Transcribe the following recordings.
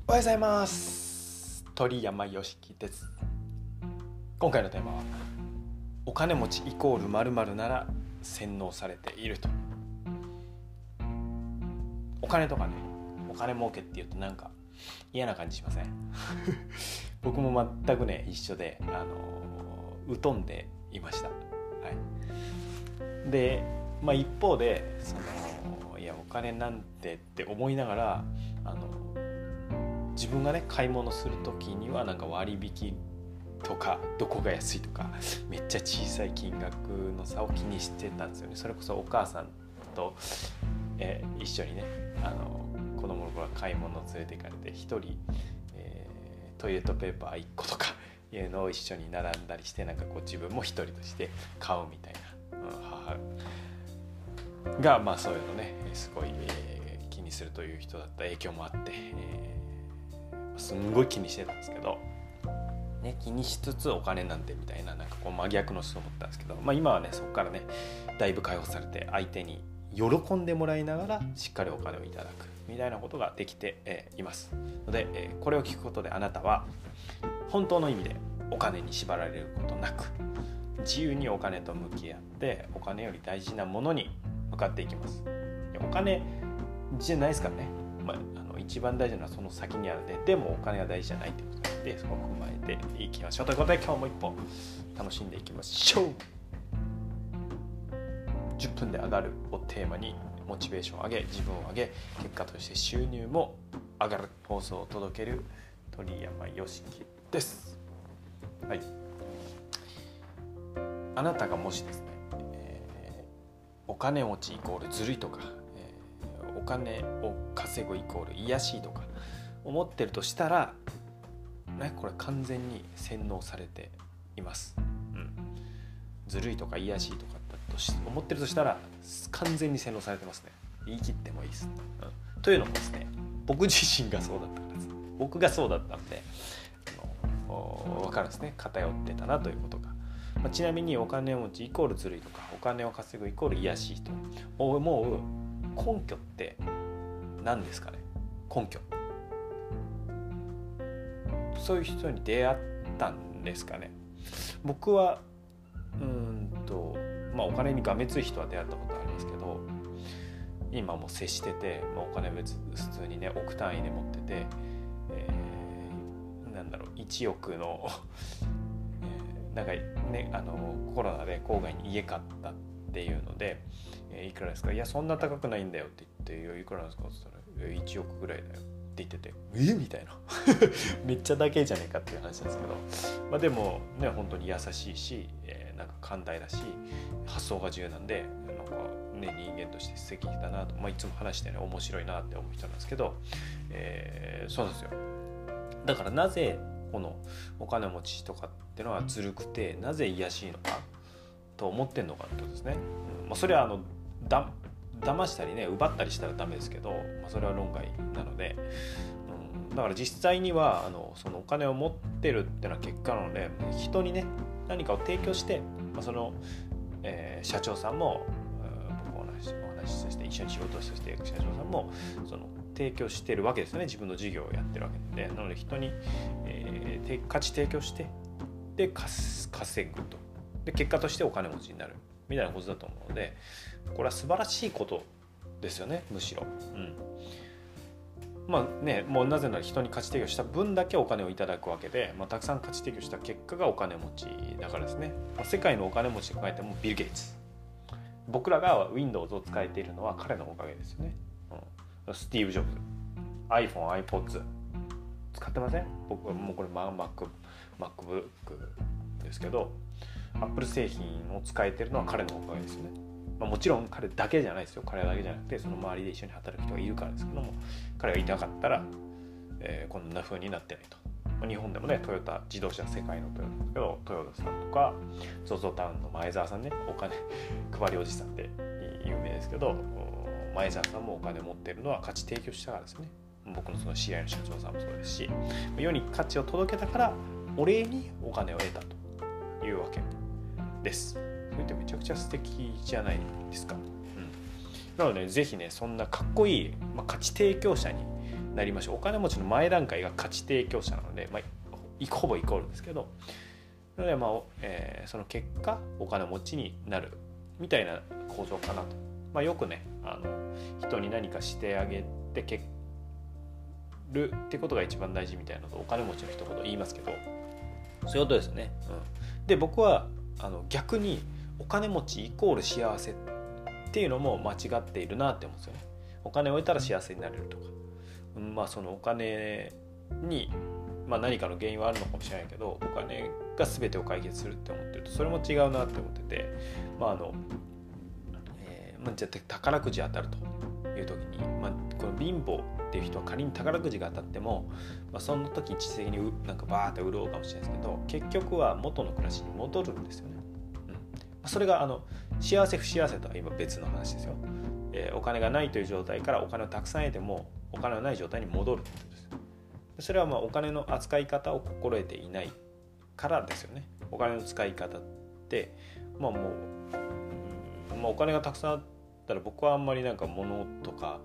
おはようございます。鳥山よしきです。今回のテーマはお金持ちイコール〇〇なら洗脳されていると。お金とかね、お金儲けっていうとなんか嫌な感じしません？僕も全くね一緒で疎んでいました。はい。で、一方でいやお金なんてって思いながら自分がね買い物するときにはなんか割引とかどこが安いとかめっちゃ小さい金額の差を気にしてたんですよね。それこそお母さんと、一緒にね子供の頃は買い物連れて行かれて一人、トイレットペーパー1個とかいうのを一緒に並んだりしてなんかこう自分も一人として買うみたいな、母がそういうのねすごい、気にするという人だった影響もあって、すんごい気にしてたんですけど、ね、気にしつつお金なんてみたいななんかこう真逆の人を思ったんですけど、今はねそこからねだいぶ解放されて相手に喜んでもらいながらしっかりお金をいただくみたいなことができて、いますので、これを聞くことであなたは本当の意味でお金に縛られることなく自由にお金と向き合ってお金より大事なものに向かっていきます。お金じゃないですからね、一番大事なのはその先にあるので、でもお金は大事じゃないということなので、そこを踏まえていきましょうということで、今日も一歩楽しんでいきましょう。10分で上がるをテーマにモチベーションを上げ、自分を上げ、結果として収入も上がる放送を届ける鳥山よしきです。はい。あなたがもしですね、お金持ちイコールずるいとか、お金を稼ぐイコール癒しいとか思ってるとしたら、ね、これ完全に洗脳されています。ずるいとか癒しいとかだと思ってるとしたら完全に洗脳されてますね。言い切ってもいいです。というのもですね、僕自身がそうだったからです。僕がそうだったんで分かるんですね。偏ってたなということが。ちなみにお金持ちイコールずるいとかお金を稼ぐイコール癒しいと思う根拠って何ですかね。根拠、そういう人に出会ったんですかね。僕はお金にがめつい人は出会ったことありますけど、今も接してて、お金普通にね億単位で持ってて、1億のなんかねコロナで郊外に家買ったっていうので、いくらですか？いやそんな高くないんだよって言って、いくらなんですかって言ったら1億ぐらいだよって言ってて、みたいなめっちゃだけじゃねえかっていう話なんですけど、でもね本当に優しいし、なんか寛大だし発想が自由なんで、なんかね人間として素敵だなと、いつも話してね面白いなって思う人なんですけど、そうなんですよ。だからなぜこのお金持ちとかってのはずるくて、なぜ癒しいのかと思ってんのかってことですね。それは騙したりね奪ったりしたらダメですけど、それは論外なので、だから実際にはそのお金を持ってるっていうのは結果なので、人にね何かを提供して、その、社長さんも僕お話しして一緒に仕事をしていく社長さんもその提供してるわけですよね。自分の事業をやってるわけで、なので人に、価値提供してで稼ぐと、で結果としてお金持ちになるみたいなことだと思うので、これは素晴らしいことですよね。むしろ、もうなぜなら人に価値提供した分だけお金をいただくわけで、たくさん価値提供した結果がお金持ちだからですね。世界のお金持ちと考えてもビル・ゲイツ、僕らが Windows を使えているのは彼のおかげですよね。スティーブ・ジョブズ iPhone、iPods 使ってません？僕はもうこれ MacBook ですけど、Apple 製品を使えてるのは彼のおかげですよね。もちろん彼だけじゃないですよ。彼だけじゃなくてその周りで一緒に働く人がいるからですけども、彼がいなかったら、こんな風になってないと。日本でもねトヨタ自動車世界のトヨタですけど、トヨタさんとか ZOZO タウンの前澤さんね、お金配りおじさんで有名ですけど、前澤さんもお金持ってるのは価値提供したからですよね。僕のその知り合いの社長さんもそうですし、世に価値を届けたからお礼にお金を得たというわけです。それってめちゃくちゃ素敵じゃないですか。なのでぜひねそんなかっこいい、価値提供者になりましょう。お金持ちの前段階が価値提供者なので、ほぼイコールですけど、なのでその結果お金持ちになるみたいな構造かなと。よくね人に何かしてあげて結るってことが一番大事みたいなのとお金持ちの一言言いますけど、そういうことですね。で僕は逆にお金持ちイコール幸せっていうのも間違っているなって思うんですよね。お金を得たら幸せになれるとか、そのお金に、何かの原因はあるのかもしれないけど、お金が全てを解決するって思ってるとそれも違うなって思ってて、じゃあ宝くじ当たるという時に、この貧乏っていう人は仮に宝くじが当たっても、その時一時的になんかバーって潤うかもしれないですけど、結局は元の暮らしに戻るんですよね。それが幸せ不幸せとは今別の話ですよ。お金がないという状態からお金をたくさん得てもお金のない状態に戻るってことです。それはお金の扱い方を心得ていないからですよね。お金の使い方ってお金がたくさんあったら僕はあんまりなんか物とか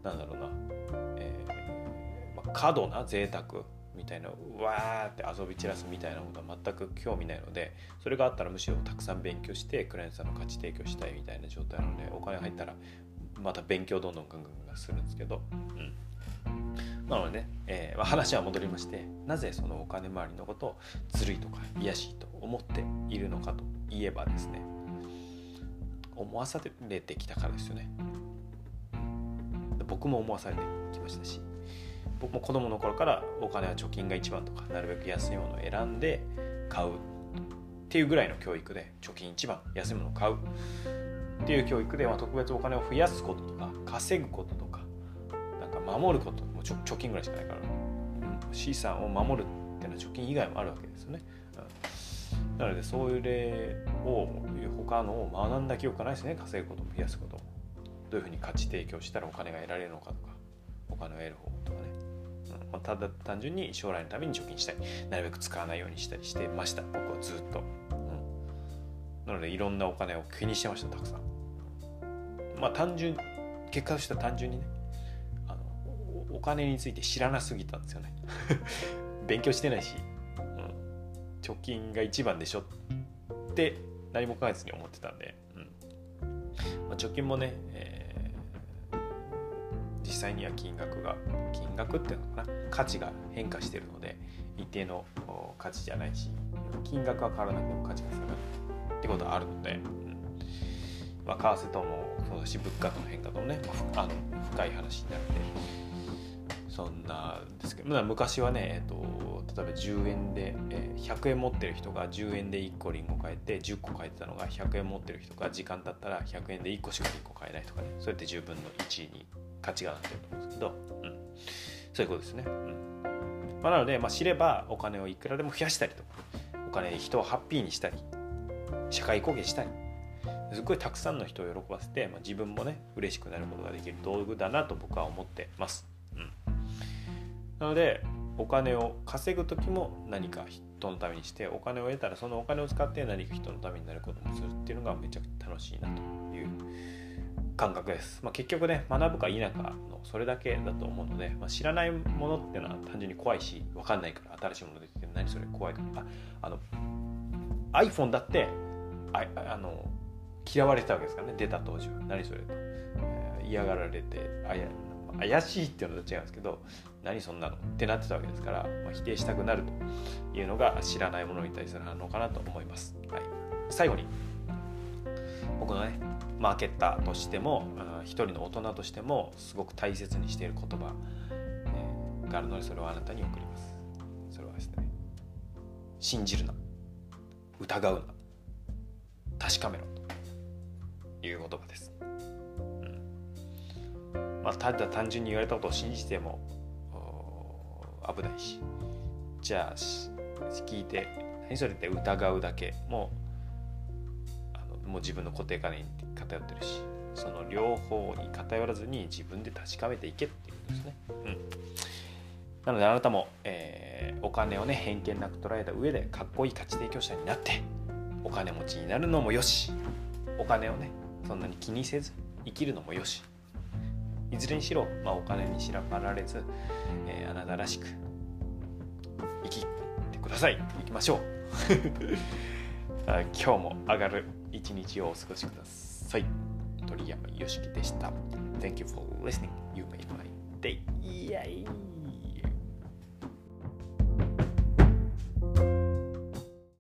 過度な贅沢みたいなわーって遊び散らすみたいなことは全く興味ないので、それがあったらむしろたくさん勉強してクライアントさんの価値提供したいみたいな状態なので、お金入ったらまた勉強どんどんガンガンするんですけど、なのでね、話は戻りまして、なぜそのお金周りのことをずるいとか卑しいと思っているのかといえばですね、思わされてきたからですよね。僕も思わされてきましたし、僕も子供の頃からお金は貯金が一番とか、なるべく安いものを選んで買うっていうぐらいの教育で、貯金一番、安いものを買うっていう教育で、特別お金を増やすこととか稼ぐこととか、なんか守ること、もう貯金ぐらいしかないから、資産を守るっていうのは貯金以外もあるわけですよね。なのでそれを他のを学んだ記憶がないですね。稼ぐことも増やすことも、どういうふうに価値提供したらお金が得られるのかとか、お金を得る方法とかね、ただ単純に将来のために貯金したり、なるべく使わないようにしたりしてました、僕はずっと。なのでいろんなお金を気にしてました、たくさん。結果としては単純にね、お金について知らなすぎたんですよね。勉強してないし、貯金が一番でしょって何も考えずに思ってたんで、貯金もね、実際には金額っていうのかな、価値が変化しているので、一定の価値じゃないし、金額は変わらなくても価値が下がるってことはあるので、為替ともそうだし、物価との変化ともね、深い話になるので、そんなですけど、昔はね、例えば10円で、100円持ってる人が10円で1個リンゴ買えて10個買えてたのが、100円持ってる人が時間経ったら100円で1個しかリンゴ買えないとかね、そうやって10分の1に価値がなってると思うんですけど、そういうことですね。なので、知ればお金をいくらでも増やしたりとか、お金で人をハッピーにしたり、社会貢献したり、すごいたくさんの人を喜ばせて、自分もね嬉しくなることができる道具だなと僕は思ってます。なのでお金を稼ぐ時も何か人のためにして、お金を得たらそのお金を使って何か人のためになることもするっていうのがめちゃくちゃ楽しいなという感覚です。結局ね、学ぶか否かのそれだけだと思うので、知らないものっていうのは単純に怖いし、分かんないから新しいもの出てきて何それ怖いから、iPhone だって嫌われてたわけですからね、出た当時は。何それと、嫌がられて怪しいっていうのと違うんですけど、何そんなのってなってたわけですから、否定したくなるというのが知らないものに対する反応かなと思います。最後に僕のねマーケッターとしても一人の大人としてもすごく大切にしている言葉があるので、それをあなたに送ります。それはですね、信じるな、疑うな、確かめろという言葉です。ただ単純に言われたことを信じても危ないし、じゃあ聞いて何それって疑うだけもう自分の固定観念に偏ってるし、その両方に偏らずに自分で確かめていけっていうことですね。なのであなたも、お金をね偏見なく捉えた上でかっこいい価値提供者になってお金持ちになるのもよし、お金をねそんなに気にせず生きるのもよし、 いずれにしろ、お金にしらばられず、あなたらしく生きてください。行きましょう今日も上がる一日をお過ごしください。鳥山よしきでした。 Thank you for listening. You made my day. Yay!